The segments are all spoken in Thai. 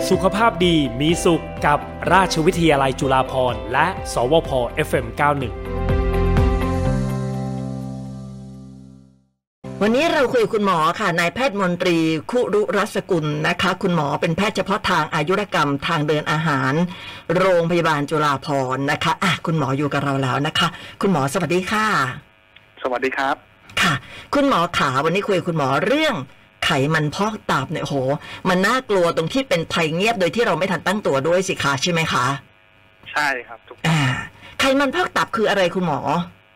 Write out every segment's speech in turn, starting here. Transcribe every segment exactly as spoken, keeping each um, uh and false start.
สุขภาพดีมีสุขกับราชวิทยาลัยจุฬาภรณ์และสวพ เอฟ เอ็ม เก้าสิบเอ็ดวันนี้เราคุยคุณหมอค่ะนายแพทย์มนตรีคุรุรัศกุลนะคะคุณหมอเป็นแพทย์เฉพาะทางอายุรกรรมทางเดินอาหารโรงพยาบาลจุฬาภรณ์นะคะอ่ะคุณหมออยู่กับเราแล้วนะคะคุณหมอสวัสดีค่ะสวัสดีครับค่ะคุณหมอขาวันนี้คุยคุณหมอเรื่องไขมันพอกตับเนี่ยโหมันน่ากลัวตรงที่เป็นภัยเงียบโดยที่เราไม่ทันตั้งตัวด้วยสิคะใช่ไหมคะใช่ครับถูกอ่าไขมันพอกตับคืออะไรคุณหมอ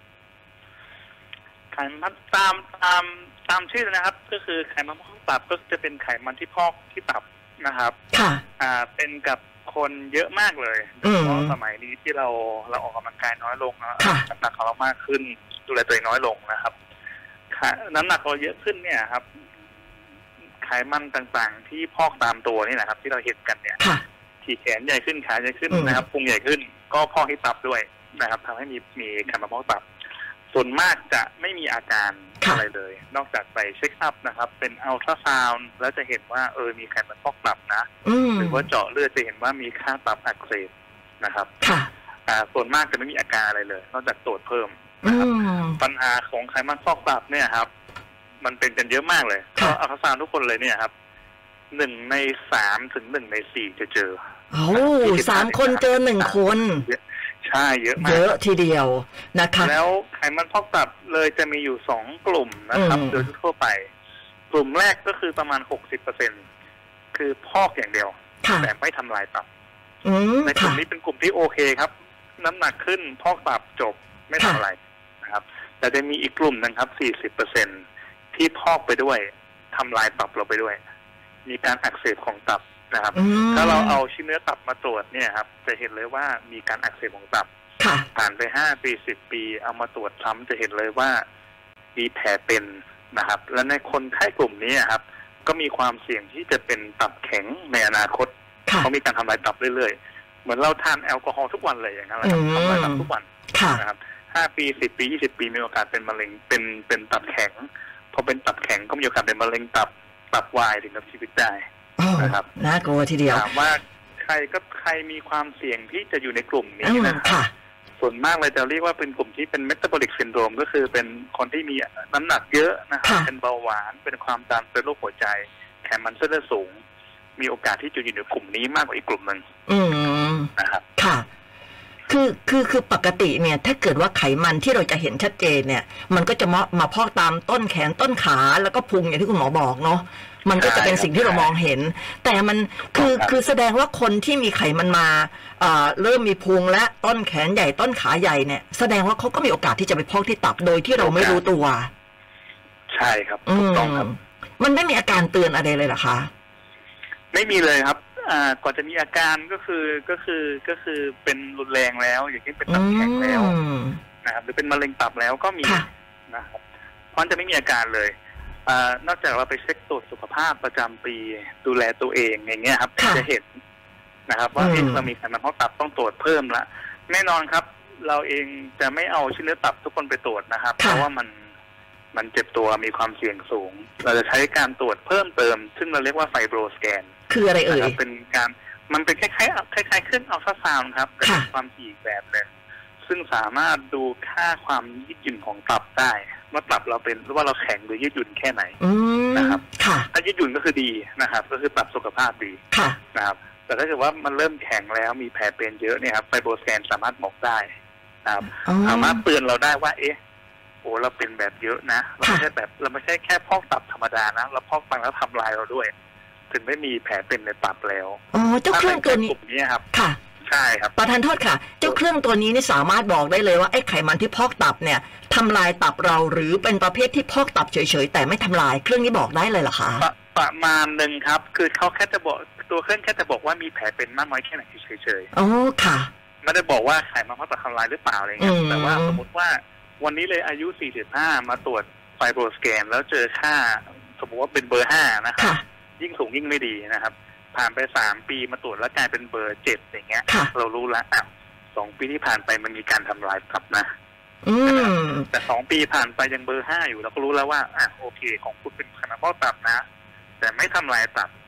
ไขมันตามตามตามชื่อนะครับก็คือไขมันพอกตับก็จะเป็นไขมันที่พอกที่ตับนะครับค่ะอ่าเป็นกับคนเยอะมากเลยเพราะสมัยนี้ที่เราเราออกกำลังกายน้อยลงนะน้ำหนักของเรามากขึ้นดูแลตัวเองน้อยลงนะครับน้ำหนักเราเยอะขึ้นเนี่ยครับไขมันต่างๆที่พอกตามตัวนี่นะครับที่เราเห็นกันเนี่ยที่แขนใหญ่ขึ้นขาใหญ่ขึ้นนะครับพุงใหญ่ขึ้นก็พอกที่ตับด้วยนะครับทำให้มีมีไขมันพอกตับส่วนมากจะไม่มีอาการอะไรเลยนอกจากไปเช็คอัพนะครับเป็นอัลตราซาวน์แล้วจะเห็นว่าเออมีไขมันพอกตับนะหรือว่าเจาะเลือดจะเห็นว่ามีค่าตับอักเสบนะครับอ่าส่วนมากจะไม่มีอาการอะไรเลยนอกจากตรวจเพิ่มนะครับปัญหาของไขมันพอกตับเนี่ยครับมันเป็นกันเยอะมากเลยเพราะอัลตราซาวน์ทุกคนเลยเนี่ยครับหนึ่งในสามถึงหนึ่งในสี่จะเจอโอ้สามคนเจอหนึ่งคนใช่เยอะมากเยอะทีเดียวนะคะแล้วไขมันพอกตับเลยจะมีอยู่สองกลุ่มนะครับโดยทั่วไปกลุ่มแรกก็คือประมาณหกสิบเปอร์เซ็นต์คือพอกอย่างเดียวแต่ไม่ทำลายตับในกลุ่มนี้เป็นกลุ่มที่โอเคครับน้ำหนักขึ้นพอกตับจบไม่ทำอะไรนะครับแต่จะมีอีกกลุ่มนึงครับสี่สิบเปอร์เซ็นต์ที่พอกไปด้วยทำลายตับเราไปด้วยมีการอักเสบของตับนะครับถ้าเราเอาชิ้นเนื้อตับมาตรวจเนี่ยครับจะเห็นเลยว่ามีการอักเสบของตับผ่านไปห้าปีสิบปีเอามาตรวจซ้ำจะเห็นเลยว่ามีแผลเป็นนะครับและในคนไข้กลุ่มนี้ครับก็มีความเสี่ยงที่จะเป็นตับแข็งในอนาคตเขามีการทำลายตับเรื่อยๆเหมือนเราทานแอลกอฮอล์ทุกวันเลยอย่างนั้นแหละทำลายตับทุกวันนะครับห้าปีสิบปียี่สิบปีมีโอกาสเป็นมะเร็งเป็นเป็นตับแข็งพอเป็นตับแข็งก็มีโอกาสเป็นมะเร็งตับตับวายถึงกับชีวิตได้นะครับน่ากลัวทีเดียวถามว่าใครก็ใครมีความเสี่ยงที่จะอยู่ในกลุ่มนี้นะครับส่วนมากเลยจะเรียกว่าเป็นกลุ่มที่เป็นเมตาบอลิกซินโดรมก็คือเป็นคนที่มีน้ำหนักเยอะนะครับเป็นเบาหวานเป็นความดันเป็นโรคหัวใจไขมันเส้นเลือดสูงมีโอกาสที่จะอยู่ในกลุ่มนี้มากกว่าอีกกลุ่มหนึ่งนะครับค่ะคือคือคือปกติเนี่ยถ้าเกิดว่าไขมันที่เราจะเห็นชัดเจนเนี่ยมันก็จะมามาพอกตามต้นแขนต้นขาแล้วก็พุงอย่างที่คุณหมอบอกเนาะมันก็จะเป็นสิ่งที่เรามองเห็นแต่มันคือคือแสดงว่าคนที่มีไขมันมาเอ่อเริ่มมีพุงและต้นแขนใหญ่ต้นขาใหญ่เนี่ยแสดงว่าเขาก็มีโอกาสที่จะไปพอกที่ตับโดยที่เราไม่รู้ตัวใช่ครับถูกต้องครับมันไม่มีอาการเตือนอะไรเลยเหรอคะไม่มีเลยครับอ่าก่อนจะมีอาการก็คือก็คือก็คือเป็นรุนแรงแล้วอย่างเช่นเป็นตับแข็งแล้วนะครับหรือเป็นมะเร็งตับแล้วก็มีนะครับเพราะจะไม่มีอาการเลยอ่านอกจากเราไปเช็คตรวจสุขภาพประจำปีดูแลตัวเองอย่างเงี้ยครับจะเห็นนะครับว่าเรามีไขมันพอกตับต้องตรวจเพิ่มละแน่นอนครับเราเองจะไม่เอาชิ้นเนื้อตับทุกคนไปตรวจนะครับเพราะว่ามันมันเจ็บตัวมีความเสี่ยงสูงเราจะใช้การตรวจเพิ่มเติมซึ่งเราเรียกว่าไฟโบรสแกนคืออะไรเอ่ยเป็นการมันเป็นคล้ายๆคล้ายๆเครื่องอัลตราซาวน์ครับเป็นความถี่แบบหนึ่งซึ่งสามารถดูค่าความยืดหยุ่นของตับได้ว่าตับเราเป็นว่าเราแข็งหรือยืดหยุ่นแค่ไหนนะครับถ้ายืดหยุ่นก็คือดีนะครับก็คือตับสุขภาพดีนะครับแต่ถ้าเกิดว่ามันเริ่มแข็งแล้วมีแผลเป็นเยอะเนี่ยครับไฟโบรสแกนสามารถบอกได้นะครับสามารถเตือนเราได้ว่าเอ๊ะโอ้เราเป็นแบบเยอะนะเราไม่ใช่แบบเราไม่ใช่แค่พอกตับธรรมดานะเราพอกตับแล้วทำลายเราด้วยถึงไม่มีแผลเป็นในตับแล้วอ๋อเจ้าเครื่องตัวนี้นี้ครับค่ะใช่ครับประธานโทษค่ะเจ้าเครื่องตัวนี้นี่สามารถบอกได้เลยว่าไอ้ไขมันที่พอกตับเนี่ยทำลายตับเราหรือเป็นประเภทที่พอกตับเฉยๆแต่ไม่ทำลายเครื่องนี้บอกได้เลยเหรอคะประมาณหนึ่งครับคือเขาแค่จะบอกตัวเครื่องแค่จะบอกว่ามีแผลเป็นมากน้อยแค่ไหนเฉยๆอ๋อค่ะไม่ได้บอกว่าไขมันพอกตับทำลายหรือเปล่าอะไรเงี้ยแต่ว่าสมมติว่าวันนี้เลยอายุสี่สิบห้ามาตรวจไฟโบรสแกนแล้วเจอค่าสมมติว่าเป็นเบอร์ห้านะครับยิ่งสูงยิ่งไม่ดีนะครับผ่านไปสามปีมาตรวจแล้วกลายเป็นเบอร์เจ็ดอย่างเงี้ยเรารู้แล้วอ้าวสองปีที่ผ่านไปมันมีการทำลายตับนะแต่สองปีผ่านไปยังเบอร์ห้าอยู่เราก็รู้แล้วว่าอ่ะโอเคของคุณเป็นไขมันพอกตับนะแต่ไม่ทำลายตับ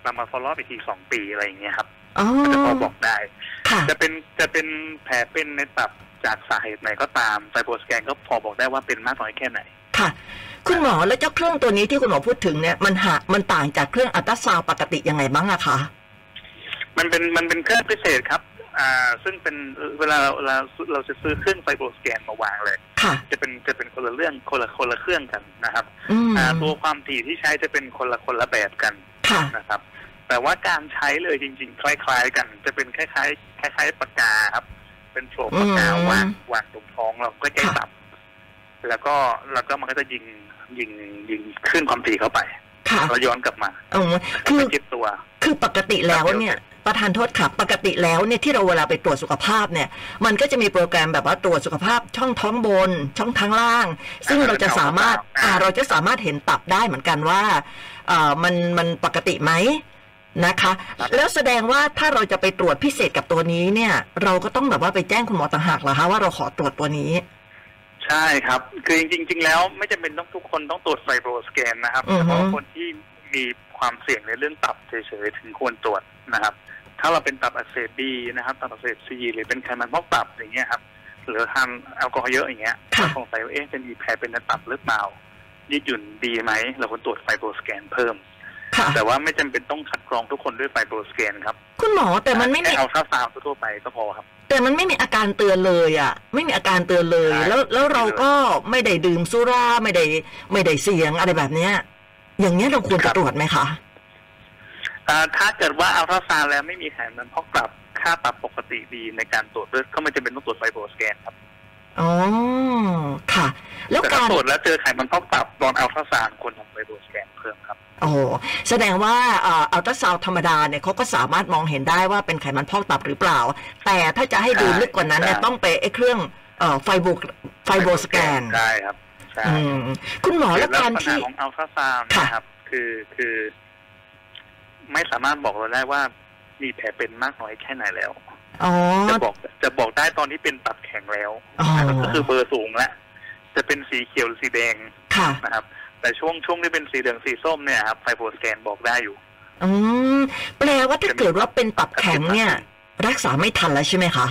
เรามา follow up อีกทีสองปีอะไรอย่างเงี้ยครับอ๋อจะพอบอกได้ค่ะจะเป็นจะเป็นแผลเป็นในตับจากสาเหตุไหนก็ตามไฟโบสแกนก็พอบอกได้ว่าเป็นมากน้อยแค่ไหนค่ะคุณหมอแล้วเจ้าเครื่องตัวนี้ที่คุณหมอพูดถึงเนี่ยมันหามันต่างจากเครื่องอัลตราซาวด์ปกติยังไงบ้างอะคะมันเป็นมันเป็นเครื่องพิเศษครับอ่าซึ่งเป็นเวลาเราเราเราจะซื้อเครื่องไฟโบสแกนมาวางเลยค่ะจะเป็นจะเป็นคนละเรื่องคนละคนละเครื่องกันนะครับอ่าตัวความถี่ที่ใช้จะเป็นคนละคนละแบบกันนะครับแต่ว่าการใช้เลยจริงๆคล้ายๆกันจะเป็นคล้ายๆคล้ายๆปากกาครับเป็นโฟล์ปากกาวางวางตรงท้องเราก็ใช้ตับแล้วก็แล้วก็มันก็จะยิงยิงยิงขึ้นความถี่เข้าไปเราย้อนกลับมาคือคิดตัวคือปกติแล้วเนี่ยประธานโทษค่ะปกติแล้วเนี่ยที่เราเวลาไปตรวจสุขภาพเนี่ยมันก็จะมีโปรแกรมแบบว่าตรวจสุขภาพช่องท้องบนช่องท้องล่างซึ่งเราจะสามารถอ่าเราจะสามารถเห็นตับได้เหมือนกันว่าอ่ามันมันปกติไหมนะคะแล้วแสดงว่าถ้าเราจะไปตรวจพิเศษกับตัวนี้เนี่ยเราก็ต้องแบบว่าไปแจ้งคุณหมอต่างหากเหรอคะว่าเราขอตรวจตัวนี้ใช่ครับคือจริงๆแล้วไม่จำเป็นต้องทุกคนต้องตรวจไฟโบสแกนนะครับเฉพาะคนที่มีความเสี่ยงในเรื่องตับเฉยๆถึงควรตรวจนะครับถ้าเราเป็นตับอักเสบบีนะครับตับอักเสบซีหรือเป็นไขมันพอกตับอย่างเงี้ยครับหรือทานแอลกอฮอล์เยอะอย่างเงี้ยสงสัยว่าเอ๊ะจะมีแผลเป็นในตับหรือเปล่ายืดหยุ่นดีไหมเราควรตรวจไฟโบสแกนเพิ่มแต่ว่าไม่จำเป็นต้องคัดกรองทุกคนด้วยไฟโบสแกนครับคุณหมอแต่มันไม่มีเอาค่าซาวทั่วไปก็พอครับแต่มันไม่มีอาการเตือนเลยอ่ะไม่มีอาการเตือนเลยแล้วแล้วเราก็ไม่ได้ดื่มสุราไม่ได้ไม่ได้เสี่ยงอะไรแบบเนี้ยอย่างเงี้ยเราควรจะตรวจไหมคะถ้าเกิดว่าอัลตราซาวด์แล้วไม่มีไขมันพอกตับค่าตับปกติดีในการตรวจเลือดก็ไม่จำเป็นต้องตรวจไฟโบสแกนครับอ๋อค่ะแล้วการตรวจแล้วเจอไขมันพอกตับตอนอัลตราซาวด์ควรทำไฟโบสแกนเพิ่มครับโอ้แสดงว่าอัลตราซาวด์ธรรมดาเนี่ยเขาก็สามารถมองเห็นได้ว่าเป็นไขมันพอกตับหรือเปล่าแต่ถ้าจะให้ดูลึกกว่านั้นเนี่ยต้องไปไอ้เครื่องไฟโบไฟโบสแกนใช่ครับใช่คุณหมอแล้วการที่ของอัลตราซาวด์นะครับคือคือไม่สามารถบอกเราได้ว่ามีแผลเป็นมากน้อยแค่ไหนแล้วจะบอกจะบอกได้ตอนที่เป็นตับแข็งแล้วก็คือเบอร์สูงแล้วจะเป็นสีเขียวหรือสีแดงนะครับแต่ช่วงช่วงที่เป็นสีเหลืองสีส้มเนี่ยครับไฟโบสแกนบอกได้อยู่อืมแปลว่าถ้าเกิดว่าเป็นตับแข็งเนี่ยรักษาไม่ทันแล้วใช่ไหมคะ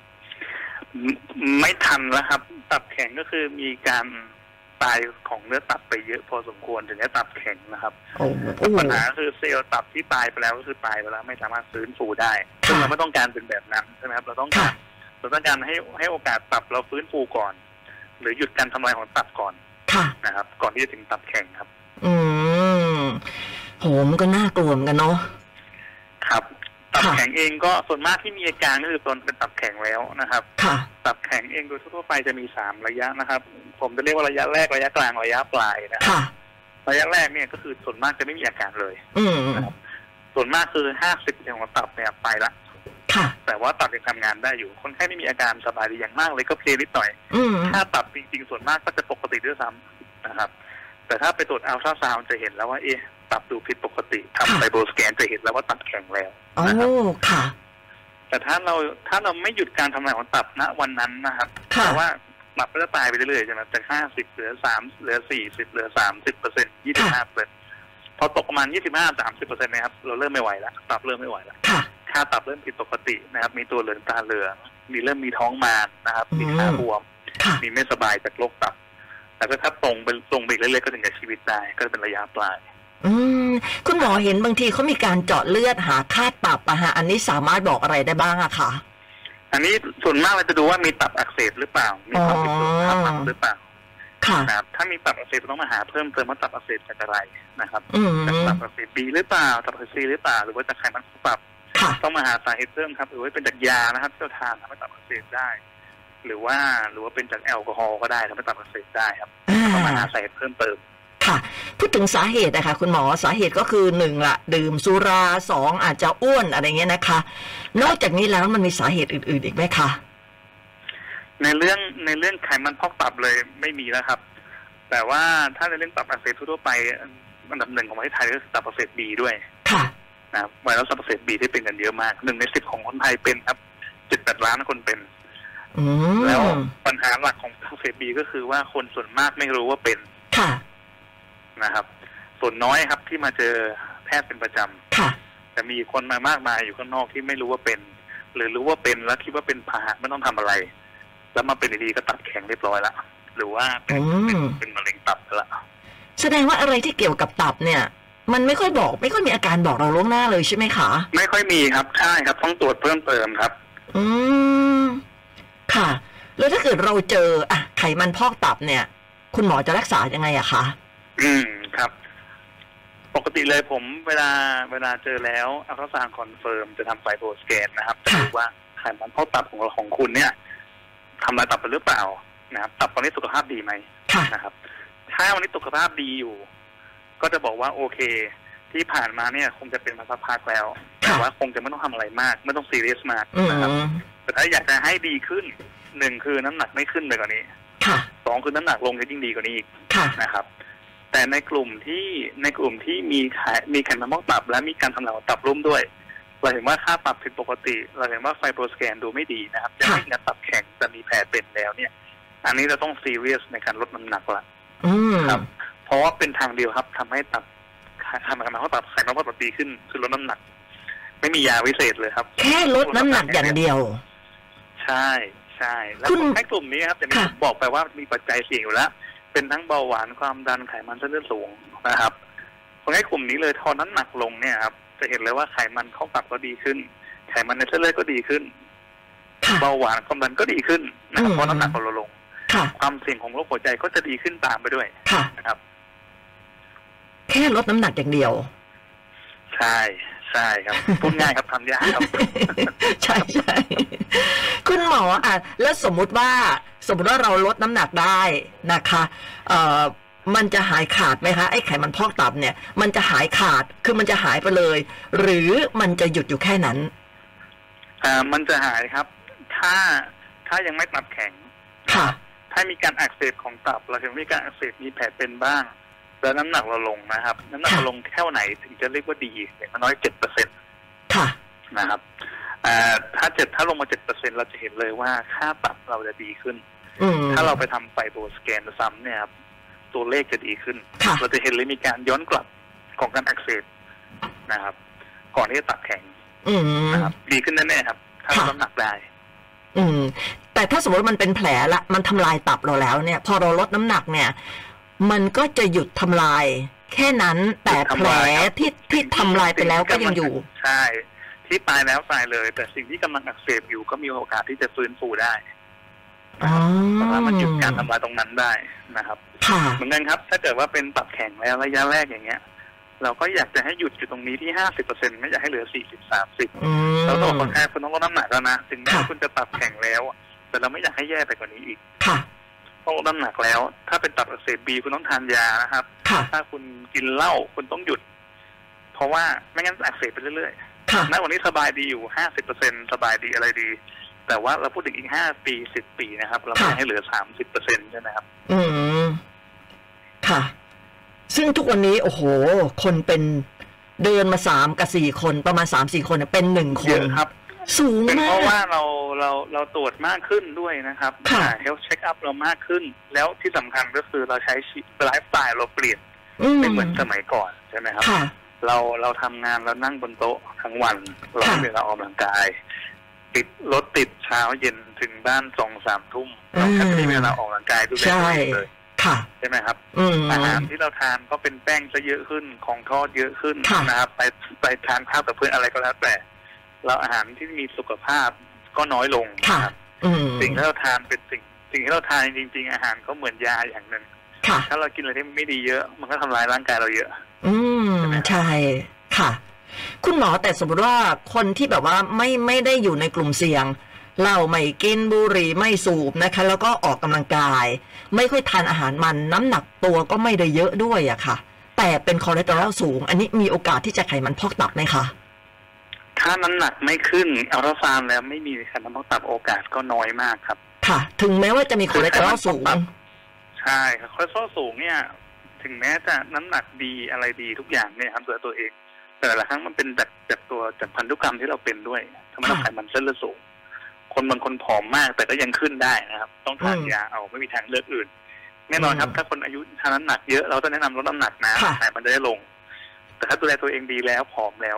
ไม่ทันแล้วครับตับแข็งก็คือมีการตายของเนื้อตับไปเยอะพอสมควรถึงจะตับแข็งนะครับปัญหาคือเซลล์ตับที่ตายไปแล้วก็คือตายไปแล้วไม่สามารถฟื้นฟูได้ซึ่งเราไม่ต้องการเป็นแบบนั้นใช่ไหมครับเราต้องการเราต้องการให้ให้โอกาสตับเราฟื้นฟูก่อนหรือหยุดการทำลายของตับก่อนนะครับก่อนที่จะถึงตับแข็งครับอืมโหมันก็น่ากลัวเหมือนกันเนาะครับตับแข็งเองก็ส่วนมากที่มีอาการก็คือตอนเป็นตับแข็งแล้วนะครับตับแข็งเองโดยทั่วไปจะมีสามระยะนะครับผมจะเรียกว่าระยะแรกระยะกลางระยะปลายนะครับระยะแรกเนี่ยก็คือส่วนมากจะไม่มีอาการเลยนะครับส่วนมากคือห้าสิบเปอร์เซ็นต์ของตับเนี่ยไปละแต่ว่าตับยังทำงานได้อยู่คนไข้ไม่มีอาการสบายดีอย่างมากเลยก็เพลียนิดหน่อยถ้าตับจริงๆส่วนมากก็จะปกติด้วยซ้ำนะครับแต่ถ้าไปตรวจอัลตราซาวด์จะเห็นแล้วว่าเอ๊ะตับดูผิดปกติทำไฟโบสแกนจะเห็นแล้วว่าตับแข็งแล้วนะครับค่ะแต่ถ้าเราถ้าเราไม่หยุดการทำงานของตับณวันนั้นนะครับเพราะว่าตับก็จะตายไปเรื่อยๆใช่ไหมจากห้าสิบเหลือสามเหลือสี่สิบเหลือสามสิบเปอร์เซ็นต์ยี่สิบห้าเปอร์เซ็นต์พอตกประมาณยี่สิบห้าสามสิบเปอร์เซ็นต์นะครับเราเริ่มไม่ไหวแล้วตับเริ่มไม่ไหวแล้วค่าตับเริ่มผิดปกตินะครับมีตัวเหลืองตาเหลืองมีเริ่มมีท้องมารนะครับมีขาบวมมีไม่สบายจากโรคตับแต่ก็ถ้าตรงไปตรงไปเรื่อยๆก็ถึงกับชีวิตได้ก็จะเป็นระยะปลายอืมคุณหมอเห็นบางทีเขามีการเจาะเลือดหาค่าตับอะฮะอันนี้สามารถบอกอะไรได้บ้างอะคะอันนี้ส่วนมากเราจะดูว่ามีตับอักเสบหรือเปล่ามีความผิดปกติทางตับหรือเปล่านะครับถ้ามีตับอักเสบต้องมาหาเพิ่มเติมว่าตับอักเสบจากอะไรนะครับจากตับอักเสบบีหรือเปล่าตับอักเสบซีหรือเปล่าหรือว่าจากไขมันตับต้องมาหาสาเหตุเพิ่มครับหรือว่าเป็นจากยานะครับที่เราทานทำให้ตับอักเสบได้หรือว่าหรือว่าเป็นจากแอลกอฮอล์ก็ได้ทำให้ตับอักเสบได้ครับต้องมาหาสาเหตุเพิ่มเติมค่ะพูดถึงสาเหตุนะคะคุณหมอสาเหตุก็คือหนึ่งละดื่มสุราสองอาจจะอ้วนอะไรเงี้ยนะคะนอกจากนี้แล้วมันมีสาเหตุอื่นๆอีกไหมคะในเรื่องในเรื่องไขมันพอกตับเลยไม่มีแล้วครับแต่ว่าถ้าในเรื่องตับอักเสบทั่วไปอันดับหนึ่งของประเทศไทยก็คือตับอักเสบบีด้วยค่ะนะครับไวรัสตับอักเสบบีที่เป็นกันเยอะมากหนึ่งในสิบของคนไทยเป็นครับเจ็ดแปดล้านคนเป็นแล้วปัญหาหลักของตับอักเสบบีก็คือว่าคนส่วนมากไม่รู้ว่าเป็นค่ะนะครับส่วนน้อยครับที่มาเจอแพทย์เป็นประจำแต่มีคนมามากมายอยู่ข้างนอกที่ไม่รู้ว่าเป็นหรือรู้ว่าเป็นแล้วคิดว่าเป็นพาหะไม่ต้องทำอะไรแล้วมาเป็นดีๆก็ตับแข็งเรียบร้อยละหรือว่าเป็นเป็นมะเร็งตับละแสดงว่าอะไรที่เกี่ยวกับตับเนี่ยมันไม่ค่อยบอกไม่ค่อยมีอาการบอกเราล่วงหน้าเลยใช่ไหมคะไม่ค่อยมีครับใช่ครับต้องตรวจเพิ่มเติมครับอืมค่ะแล้วถ้าเกิดเราเจออะไขมันพอกตับเนี่ยคุณหมอจะรักษายังไงอะคะอืมครับปกติเลยผมเวลาเวลาเจอแล้วอัลตราซาวด์คอนเฟิร์มจะทำไฟโบสแกนนะครับจะดูว่าไขมันพอกตับของเราของคุณเนี่ยทำลายตับไปหรือเปล่านะครับตับตอนนี้สุขภาพดีไหมนะครับถ้าวันนี้สุขภาพดีอยู่ก็จะบอกว่าโอเคที่ผ่านมาเนี่ยคงจะเป็นมาสักพักแล้วแต่ว่าคงจะไม่ต้องทำอะไรมากไม่ต้องซีเรียสมากนะครับแต่ถ้าอยากจะให้ดีขึ้นหนึ่งคือน้ำหนักไม่ขึ้นเลยกว่านี้สองคือน้ำหนักลงจะยิ่งดีกว่านี้อีกนะครับแต่ในกลุ่มที่ในกลุ่มที่มีมีไขมันพอกตับและมีการทำลายตับร่วมด้วยเราเห็นว่าค่าตับผิดปกติเราเห็นว่าไฟโบสแกนดูไม่ดีนะครับจะมีการตับแข็งจะมีแผลเป็นแล้วเนี่ยอันนี้เราต้องซีเรียสในการลดน้ำหนักละครับเพราะว่าเป็นทางเดียวครับทำให้ตับทำให้มันเขาตับไขมันพอกตับดีขึ้นคือลดน้ำหนักไม่มียาวิเศษเลยครับแค่ลดน้ำหนักอย่างเดียวใช่ใช่แล้วคนให้กลุ่มนี้ครับจะมีบอกไปว่ามีปัจจัยเสี่ยงอยู่แล้วเป็นทั้งเบาหวานความดันไขมันเส้นเลือดสูงนะครับคนให้กลุ่มนี้เลยทอน้ำหนักลงเนี่ยครับจะเห็นเลยว่าไขมันเข้าตับก็ดีขึ้นไขมันในเส้นเลือดก็ดีขึ้นเบาหวานความดันก็ดีขึ้นนะครับเพราะน้ำหนักเราลงความเสี่ยงของโรคหัวใจก็จะดีขึ้นตามไปด้วยนะครับแค่ลดน้ำหนักอย่างเดียวใช่ใช่ครับพูดง่ายครับทำยากครับใช่ใช่คุณหมออ่ะแล้วสมมุติว่าสมมติว่าเราลดน้ำหนักได้นะคะเอ่อมันจะหายขาดไหมคะไอ้ไขมันพอกตับเนี่ยมันจะหายขาดคือมันจะหายไปเลยหรือมันจะหยุดอยู่แค่นั้นอ่ามันจะหายครับถ้าถ้ายังไม่ตับแข็งค่ะถ้ามีการอักเสบของตับเราถึงมีการอักเสบมีแผลเป็นบ้างแล้วน้ำหนักเราลงนะครับน้ำหนักเราลงแค่ไหนถึงจะเรียกว่าดีอย่างน้อยเจ็ดเปอร์เซ็นต์นะครับอ่าถ้าเจ็ดถ้าลงมาเจ็ดเปอร์เซ็นต์เราจะเห็นเลยว่าค่าตับเราจะดีขึ้นถ้าเราไปทำไฟโบสแกนซ้ำเนี่ยครับตัวเลขจะดีขึ้นเราจะเห็นเลยมีการย้อนกลับของการอักเสบนะครับก่อนที่จะตับแข็งนะครับดีขึ้นแน่ๆครับถ้าเราน้ำหนักได้อืมแต่ถ้าสมมติมันเป็นแผลละมันทำลายตับเราแล้วเนี่ยพอเราลดน้ำหนักเนี่ยมันก็จะหยุดทำลายแค่นั้นแต่แผลที่ที่ทำลายไปแล้วก็ยังอยู่ใช่ที่ตายแล้วตายเลยแต่สิ่งที่กำลังอักเสบอยู่ก็มีโอกาสที่จะฟื้นฟูได้เพราะว่ามันหยุดการทำลายตรงนั้นได้นะครับเหมือนกันครับถ้าเกิดว่าเป็นตับแข็งแล้วระยะแรกอย่างเงี้ยเราก็อยากจะให้หยุดอยู่ตรงนี้ที่ห้าสิบเปอร์เซ็นต์ไม่อยากให้เหลือสี่สิบสามสิบเราต้องคนไข้คุณต้องลดน้ำหนักแล้วนะถึงแม้คุณจะตับแข็งแล้วแต่เราไม่อยากให้แย่ไปกว่านี้อีกต้องลดน้ำหนักแล้วถ้าเป็นตับอักเสบบีคุณต้องทานยานะครับถ้าคุณกินเหล้าคุณต้องหยุดเพราะว่าไม่งั้นอักเสบไปเรื่อยๆณวันนี้สบายดีอยู่ห้าสิบเปอร์เซ็นต์สบายดีอะไรดีแต่ว่าเราพูดถึงอีกห้าปีสิบปีนะครับเราไม่ให้เหลือสามสิบเปอร์เซ็นต์ใช่ไหมครับอืมค่ะซึ่งทุกวันนี้โอ้โหคนเป็นเดินมาสามกับสี่คนประมาณสามสี่คนเป็นหนึ่งคนครับสูงมากเพราะว่าเราเราเราตรวจมากขึ้นด้วยนะครับเฮลท์เช็คอัพเรามากขึ้นแล้วที่สำคัญก็คือเราใช้ไลฟ์สไตล์เราเปลี่ยนไม่เหมือนสมัยก่อนใช่ไหมครับเราเราทำงานเรานั่งบนโต๊ะทั้งวันเราไม่มีเวลาออกกำลังกายติดรถติดเช้าเย็นถึงบ้านสองสามทุ่มเราแทบไม่มีเวลาออกกำลังกายด้วยเลยใช่ไหมครับอาหารที่เราทานก็เป็นแป้งจะเยอะขึ้นของทอดเยอะขึ้นนะครับไปไปทานข้าวกับเพื่อนอะไรก็แล้วแต่เราอาหารที่มีสุขภาพก็น้อยลงครับสิ่งที่เราทานเป็นสิ่งสิ่งที่เราทานจริงๆอาหารก็เหมือนยาอย่างหนึ่งถ้าเรากินอะไรที่ไม่ดีเยอะมันก็ทำลายร่างกายเราเยอะอืมใช่ค่ะคุณหมอแต่สมมติว่าคนที่แบบว่าไม่ไม่ได้อยู่ในกลุ่มเสี่ยงเหล้าไม่กินบุหรี่ไม่สูบนะคะแล้วก็ออกกำลังกายไม่ค่อยทานอาหารมันน้ำหนักตัวก็ไม่ได้เยอะด้วยอะค่ะแต่เป็นคอเลสเตอรอลสูงอันนี้มีโอกาสที่จะไขมันพอกตับไหมคะถ้าน้ำหนักไม่ขึ้นอัลตราซาวด์แล้วไม่มีไขมันพอกตับโอกาสก็น้อยมากครับค่ะถึงแม้ว่าจะมีคอเลสเตอรอลสูงใช่ครับคอเลสเตอรอลสูงเนี่ยถึงแม้จะน้ำหนักดีอะไรดีทุกอย่างเนี่ยครับตัวตัวเองแต่ละครั้งมันเป็นจากจากตัวจากพันธุกรรมที่เราเป็นด้วยทำให้เราไขมันเส้นเลือดสูงคนบางคนผอมมากแต่ก็ยังขึ้นได้นะครับต้องทานยาเอาไม่มีทางเลือกอื่นแน่นอนครับถ้าคนอายุทานน้ำหนักเยอะเราต้องแนะนำลดน้ำหนักนะแต่มันจะได้ลงแต่ถ้าดูแลตัวเองดีแล้วผอมแล้ว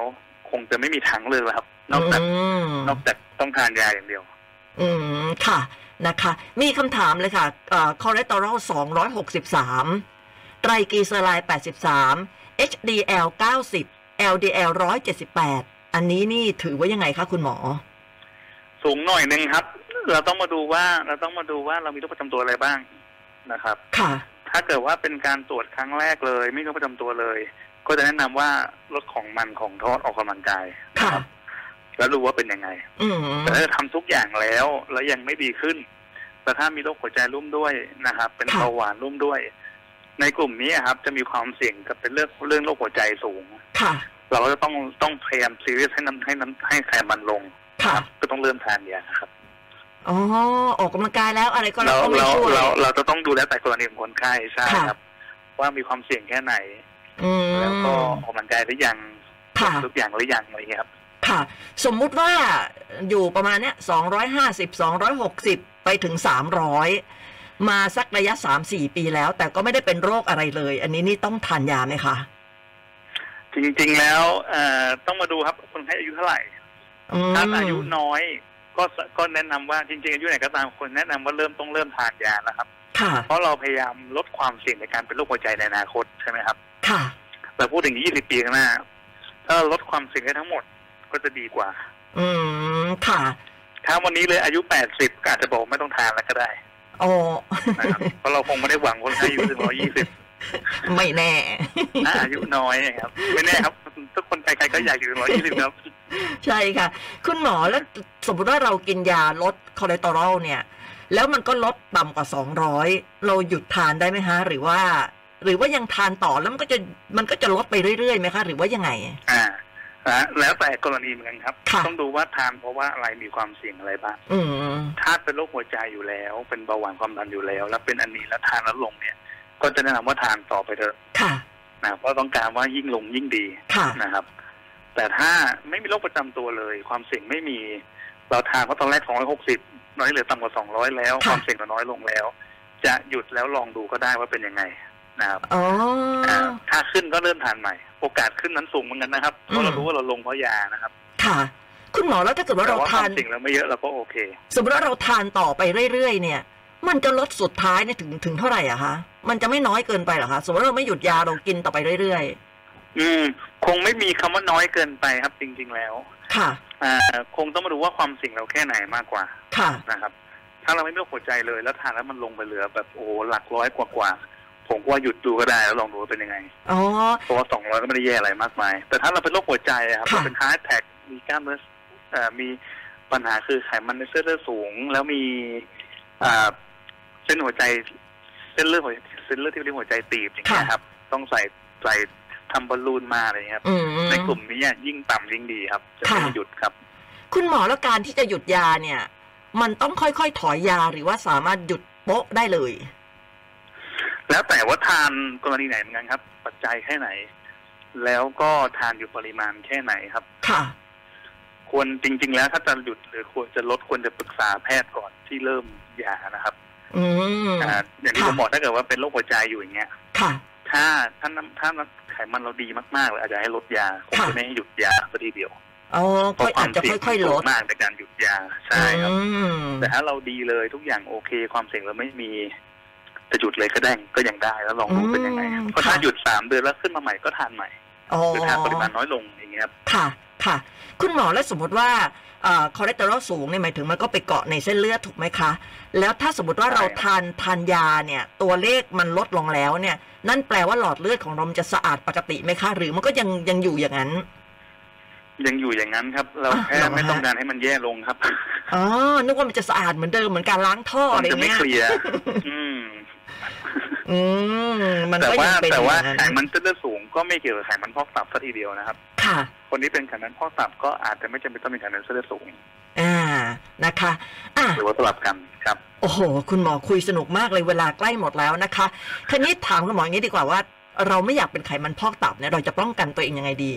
คงจะไม่มีทางเลือกแล้วครับนอกจากนอกจากต้องทานยาอย่างเดียวอืมค่ะนะคะมีคำถามเลยค่ะคอเลสเตอรอลสองร้อยหกสิบสามไตรกลีเซอไรด์แปดสิบสาม เอช ดี แอล เก้าสิบ แอล ดี แอล หนึ่งร้อยเจ็ดสิบแปดอันนี้นี่ถือว่ายังไงคะคุณหมอสูงหน่อยนึงครับเราต้องมาดูว่าเราต้องมาดูว่าเรามีโรคประจำตัวอะไรบ้างนะครับค่ะถ้าเกิดว่าเป็นการตรวจครั้งแรกเลยไม่มีโรคประจำตัวเลยก็จะแนะนำว่าลดของมันของทอดออกกำลังกายครับแล้วดูว่าเป็นยังไงแต่ถ้าทำทุกอย่างแล้วแล้วยังไม่ดีขึ้นแต่ถ้ามีโรคหัวใจร่วมด้วยนะครับเป็นเบาหวานร่วมด้วยในกลุ่มนี้ครับจะมีความเสี่ยงกับเป็นเรื่องเรื่องโรคหัวใจสูงเราก็จะต้องต้องพยายามซีเรียสให้น้ำให้น้ำให้ไขมันลงก็ต้องเริ่มทานยาครับอ๋อออกกำลังกายแล้วอะไรก็เราเราเราเราจะต้องดูแลแต่กรณีของคนไข้ใช่ครับว่ามีความเสี่ยงแค่ไหนแล้วก็ออกกำลังกายหรือยังทุกอย่างหรือยังอะไรเงี้ยครับค่ะสมมุติว่าอยู่ประมาณเนี้ยสองร้อยห้าสิบ สองร้อยหกสิบไปถึงสามร้อยมาสักระยะ สามสี่ ปีแล้วแต่ก็ไม่ได้เป็นโรคอะไรเลยอันนี้นี่ต้องทานยาไหมคะจริงๆแล้วเอ่อต้องมาดูครับคนไข้อายุเท่าไหร่ถ้าอายุน้อยก็ก็แนะนำว่าจริงๆอายุไหนก็ตามคนแนะนำว่าเริ่มต้องเริ่มทานยาแล้วครับเพราะเราพยายามลดความเสี่ยงในการเป็นโรคหัวใจในอนาคตใช่ไหมครับค่ะแต่พูดถึงยี่สิบปีข้างหน้าถ้าลดความเสี่ยงได้ทั้งหมดก็จะดีกว่าอืมค่ะถ้าวันนี้เลยอายุแปดสิบก็อาจจะบอกไม่ต้องทานแล้วก็ได้อ๋อเพราะเราคงไม่ได้หวังคนไข้อายุถึงร้อยยี่สิบไม่แน่อายุน้อยครับไม่แน่ครับทุกคนใครๆก็อยากอยู่ถึงร้อยยี่สิบครับใช่ค่ะคุณหมอแล้วสมมติว่าเรากินยาลดคอเลสเตอรอลเนี่ยแล้วมันก็ลดต่ำกว่าสองร้อยเราหยุดทานได้ไหมฮะหรือว่าหรือว่ายังทานต่อแล้วมันก็จะมันก็จะลดไปเรื่อยๆไหมคะหรือว่ายังไงอ่าแล้วแต่กรณีเหมือนกันครับต้องดูว่าทานเพราะว่าอะไรมีความเสี่ยงอะไรบ้างถ้าเป็นโรคหัวใจอยู่แล้วเป็นเบาหวานความดันอยู่แล้วแล้วเป็นอันนี้แล้วทานแล้วลงเนี่ยก็จะแนะนำว่าทานต่อไปเถอะนะเพราะต้องการว่ายิ่งลงยิ่งดีนะครับแต่ถ้าไม่มีโรคประจำตัวเลยความเสี่ยงไม่มีเราทานเพราะตอนแรกสองร้อยหกสิบน้อยเหลือต่ำกว่าสองร้อยแล้วความเสี่ยงน้อยลงแล้วจะหยุดแล้วลองดูก็ได้ว่าเป็นยังไงนะครับถ้าขึ้นก็เริ่มทานใหม่โอกาสขึ้นนั้นสูงเหมือนกันนะครับเพราะเรารู้ว่าเราลงเพราะยานะครับค่ะคุณหมอแล้วถ้าเกิดว่าเราทานสิ่งแล้วไม่เยอะเราก็โอเคสมมติว่าเราทานต่อไปเรื่อยๆเนี่ยมันจะลดสุดท้ายเนี่ยถึงถึงเท่าไหร่อะคะมันจะไม่น้อยเกินไปหรอคะสมมติเราไม่หยุดยาเรากินต่อไปเรื่อยๆอืมคงไม่มีคำว่าน้อยเกินไปครับจริงๆแล้วค่ะอ่าคงต้องมาดูว่าความเสี่ยงเราแค่ไหนมากกว่าค่ะนะครับถ้าเราไม่มีโรคหัวใจเลยแล้วทานแล้วมันลงไปเหลือแบบโอ้หลักร้อยกว่าๆผมว่าหยุดดูก็ได้แล้วลองดูว่าเป็นยังไงอ๋อเพราะว่าสองร้อยก็ไม่ได้แย่อะไรมากมายแต่ถ้าเราเป็นโรคหัวใจครับเราเป็นฮาร์ทแท็กมีกล้ามเนื้อเอ่อมีปัญหาคือไขมันในเส้นเลือดสูงแล้วมีอ่าเส้นหัวใจเส้นเลือดหัวเส้นเลือดที่เรียกหัวใจตีบอย่างเงี้ยครับต้องใส่ใส่ทำบอลลูนมาอะไรเงี้ยครับในกลุ่มนี้ยิ่งต่ำยิ่งดีครับจะไม่หยุดครับคุณหมอแล้วการที่จะหยุดยาเนี่ยมันต้องค่อยๆถอยยาหรือว่าสามารถหยุดโป๊ะได้เลยแล้วแต่ว่าทานกรณีไหนเหมือนกันครับปัจจัยแค่ไหนแล้วก็ทานอยู่ปริมาณแค่ไหนครับค่ะควรจริงๆแล้วถ้าจะหยุดหรือควรจะลดควรจะปรึกษาแพทย์ก่อนที่เริ่มยานะครับอืมอ่าอย่างที่ผมบอกถ้าเกิดว่าเป็นโรคหัวใจอยู่อย่างเงี้ยค่ะถ้าถ้าถ้าไขมันเราดีมากๆเลยอาจจะให้ลดยาคงจะไม่ให้หยุดยาสักทีเดียวอ๋อก็อาจจะค่อยๆลดมากในการหยุดยาใช่ครับแต่ถ้าเราดีเลยทุกอย่างโอเคความเสี่ยงเราไม่มีจะหยุดเลยก็ได้ก็ยังได้แล้วลองดูเป็นยังไงเพราะถ้าหยุดสามเดือนแล้วขึ้นมาใหม่ก็ทานใหม่หรือทานปริมาณน้อยลงอย่างเงี้ยครับค่ะค่ะคุณหมอแล้วสมมติว่าคอเลสเตอรอลสูงเนี่ยหมายถึงมันก็ไปเกาะในเส้นเลือดถูกไหมคะแล้วถ้าสมมติว่าเราทานทานยาเนี่ยตัวเลขมันลดลงแล้วเนี่ยนั่นแปลว่าหลอดเลือดของเราจะสะอาดปกติไหมคะหรือมันก็ยังยังอยู่อย่างนั้นยังอยู่อย่างนั้นครับเราแค่ไม่ต้องการให้มันแย่ลงครับอ๋อนึกว่ามันจะสะอาดเหมือนเดิมเหมือนการล้างท่ออะไรเงี้ยมันจะไม่เคลียร์อืมอืมมันแต่ว่าแต่ว่าไขมันเส้นเลือดสูงก็ไม่เกี่ยวกับไขมันพอกตับซะทีเดียวนะครับค่ะคนที่เป็นไขมันพอกตับก็อาจจะไม่จำเป็นต้องมีไขมันเส้นเลือดสูงอ่านะคะอ่าหรือว่าสลับกันครับโอ้โหคุณหมอคุยสนุกมากเลยเวลาใกล้หมดแล้วนะคะทีนี้ถามคุณหมออย่างนี้ดีกว่าว่าเราไม่อยากเป็นไขมันพอกตับเนี่ยเราจะป้องกันตัวเองยังไงดี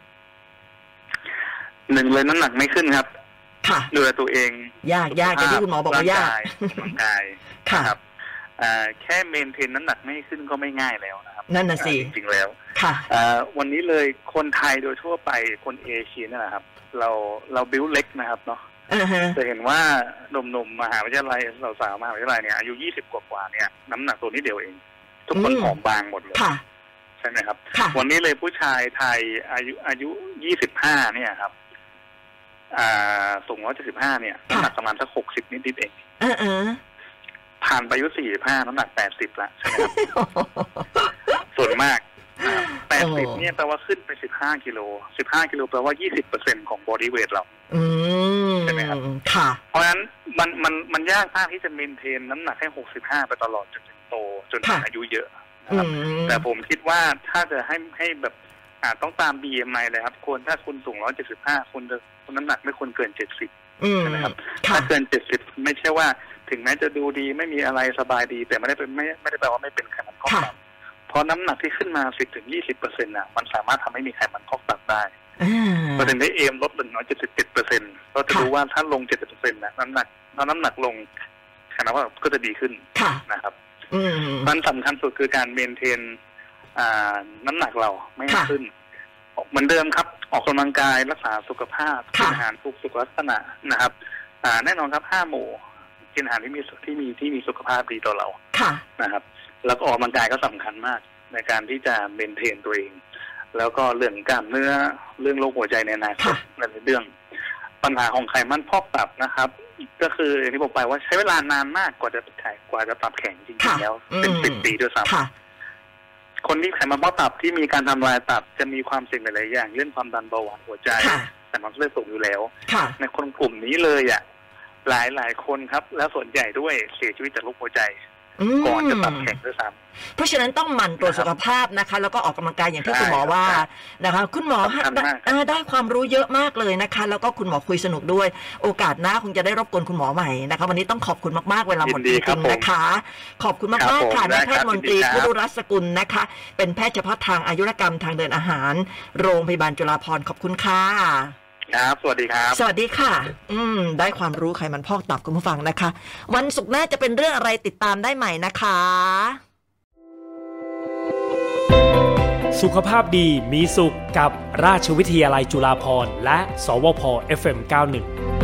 หนึ่งเลยน้ำหนักไม่ขึ้นครับค่ะดูแลตัวเองยากยากอย่างที่คุณหมอบอกว่ายากร่างกายค่ะครับอ่าแค่เมนเทนน้ำหนักไม่ขึ้นก็ไม่ง่ายแล้วนะครับนั่นน่ะสิจริงๆแล้วค่ะวันนี้เลยคนไทยโดยทั่วไปคนเอเชียนี่แหละครับเราเราบิ้วเล็กนะครับเนาะจะเห็นว่าหนุ่มๆมหาวิทยาลัยสาวๆมหาวิทยาลัยเนี่ยอายุยี่สิบกว่าๆเนี่ยน้ำหนักตัวนี้เดียวเองทุกคนผอมบางหมดเลยใช่ไหมครับวันนี้เลยผู้ชายไทยอายุอายุยี่สิบห้าเนี่ยครับอ่าสูงร้อยเจ็ดสิบห้าเนี่ยน้ำหนักประมาณสักหกสิบนิดๆเองผ่านไปอายุสี่สิบห้าน้ำหนักแปดสิบละใช่ไหมครับส่วนมากแปดสิบเนี่ยแปลว่าขึ้นไปสิบห้ากิโลสิบห้ากิโลแปลว่ายี่สิบเปอร์เซ็นต์ของบอดี้เวทเราใช่ไหมครับค่ะเพราะฉะนั้นมันมันมันยากมากที่จะเมนเทนน้ำหนักให้หกสิบห้าไปตลอดจนถึงโตจนถึงอายุเยอะนะครับแต่ผมคิดว่าถ้าจะให้ให้แบบอ่าต้องตาม บี เอ็ม ไอ เลยครับควรถ้าคุณสูงหนึ่งร้อยเจ็ดสิบห้าคุณจะคุณน้ำหนักไม่ควรเกินเจ็ดสิบใช่ไหมครับถ้าเกินเจ็ดสิบไม่ใช่ว่าถึงแม้จะดูดีไม่มีอะไรสบายดีแต่ไม่ได้เป็นไม่ไม่ได้แปลว่าไม่เป็นไขมันพอกตับเพราะน้ำหนักที่ขึ้นมาสิบถึงยี่สิบเปอร์เซ็นต์น่ะมันสามารถทำให้มีไขมันพอกตับได้ประเด็นได้เอมลดลงน้อยเจ็ดสิบเจ็ดเปอร์เซ็นต์ก็จะรู้ว่าถ้าลงเจ็ดสิบเปอร์เซ็นต์นะน้ำหนักถ้าน้ำหนักลงไขมันพอกตับก็จะดีขึ้นนะครับมันสำคัญสุดคือการเมนเทนน้ำหนักเราไม่ขึ้นเหมือนเดิมครับออกกำลังกายรักษาสุขภาพกินอาหารถูกสุขลักษณะนะครับแน่นอนครับห้าหมู่กินอาหารที่มีที่มีที่มีสุขภาพดีต่อเรานะครับแล้วก็ออกกำลังกายก็สำคัญมากในการที่จะเมนเทนตัวเองแล้วก็เรื่องกล้ามเนื้อเรื่องโรคหัวใจในอนาคตหลายเรื่องปัญหาของไขมันพอกตับนะครับก็คืออย่างที่บอกไปว่าใช้เวลานานมากกว่าจะไขกว่าจะตับแข็งจริงๆแล้วเป็นสิบปีด้วยซ้ำคนที่ไขมันพอกตับที่มีการทำลายตับจะมีความเสี่ยงหลายๆอย่างเรื่องความดันเบาหวานหัวใจแต่มันเลือดสูงอยู่แล้วในคนกลุ่มนี้เลยอ่ะหลายหลายคนครับแล้วส่วนใหญ่ด้วยเสียชีวิตจากโรคหัวใจก่อนจะตับแข็งด้วยซ้ำเพราะฉะนั้นต้องหมั่นตรวจสุขภาพนะคะแล้วก็ออกกำลังกายอย่างที่คุณหมอว่านะคะคุณหมอได้ความรู้เยอะมากเลยนะคะแล้วก็คุณหมอคุยสนุกด้วยโอกาสหน้าคงจะได้รบกวนคุณหมอใหม่นะคะวันนี้ต้องขอบคุณมากๆเวลาหมดจริงๆนะคะขอบคุณมากๆค่ะนายแพทย์มนตรีคุรุรัศกุลนะคะเป็นแพทย์เฉพาะทางอายุรกรรมทางเดินอาหารโรงพยาบาลจุฬาภรณ์ขอบคุณค่ะครับสวัสดีครับสวัสดีค่ะอืมได้ความรู้ไขมันพอกตับคุณผู้ฟังนะคะวันศุกร์หน้าจะเป็นเรื่องอะไรติดตามได้ใหม่นะคะสุขภาพดีมีสุขกับราชวิทยาลัยจุฬาภรณ์และสวพ เอฟ เอ็ม เก้าสิบเอ็ด